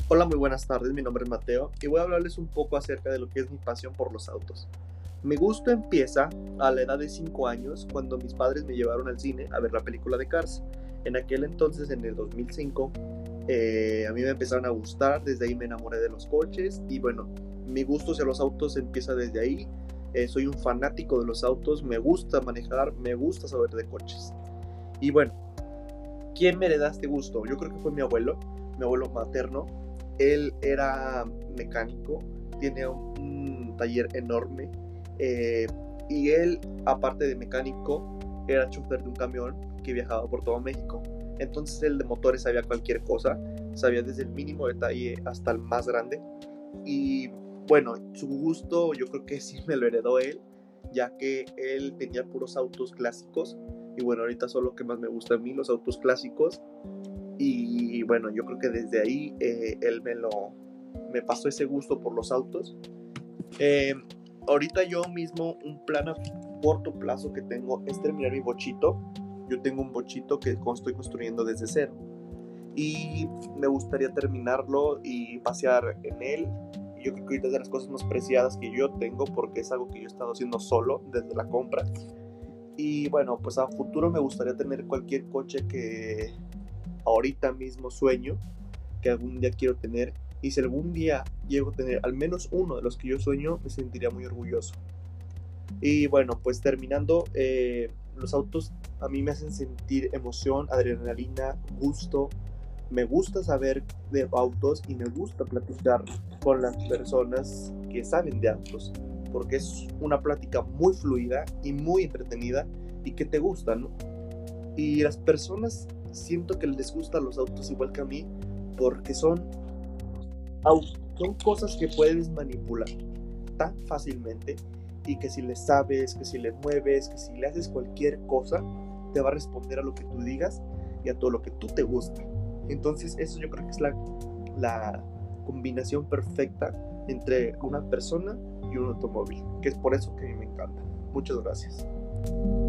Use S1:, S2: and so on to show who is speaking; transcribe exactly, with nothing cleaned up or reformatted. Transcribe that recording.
S1: Hola, muy buenas tardes, mi nombre es Mateo y voy a hablarles un poco acerca de lo que es mi pasión por los autos. Mi gusto empieza a la edad de cinco años cuando mis padres me llevaron al cine a ver la película de Cars. En aquel entonces, en el dos mil cinco, eh, a mí me empezaron a gustar, desde ahí me enamoré de los coches y bueno, mi gusto hacia los autos empieza desde ahí. Eh, soy un fanático de los autos, me gusta manejar, me gusta saber de coches. Y bueno, ¿quién me heredó este gusto? Yo creo que fue mi abuelo, mi abuelo materno. Él era mecánico, tiene un, un taller enorme eh, y él, aparte de mecánico, era chofer de un camión que viajaba por todo México. Entonces él de motores sabía cualquier cosa, sabía desde el mínimo detalle hasta el más grande. Y bueno, su gusto yo creo que sí me lo heredó él, ya que él tenía puros autos clásicos. Y bueno, ahorita son lo que más me gusta a mí, los autos clásicos. Y bueno, yo creo que desde ahí eh, él me lo me pasó ese gusto por los autos. Eh, Ahorita yo mismo un plan a corto plazo que tengo es terminar mi bochito. Yo tengo un bochito que estoy construyendo desde cero y me gustaría terminarlo y pasear en él. Yo creo que ahorita es de las cosas más preciadas que yo tengo porque es algo que yo he estado haciendo solo desde la compra. Y bueno, pues a futuro me gustaría tener cualquier coche que ahorita mismo sueño que algún día quiero tener, y si algún día llego a tener al menos uno de los que yo sueño, me sentiría muy orgulloso. Y bueno, pues terminando, eh, los autos a mí me hacen sentir emoción, adrenalina, gusto. Me gusta saber de autos y me gusta platicar con las personas que saben de autos, porque es una plática muy fluida y muy entretenida y que te gusta, ¿no? Y las personas siento que les gustan los autos igual que a mí, porque son, son cosas que puedes manipular tan fácilmente y que si le sabes, que si le mueves, que si le haces cualquier cosa, te va a responder a lo que tú digas y a todo lo que tú te gusta. Entonces eso yo creo que es la, la combinación perfecta entre una persona y un automóvil, que es por eso que a mí me encanta. Muchas gracias.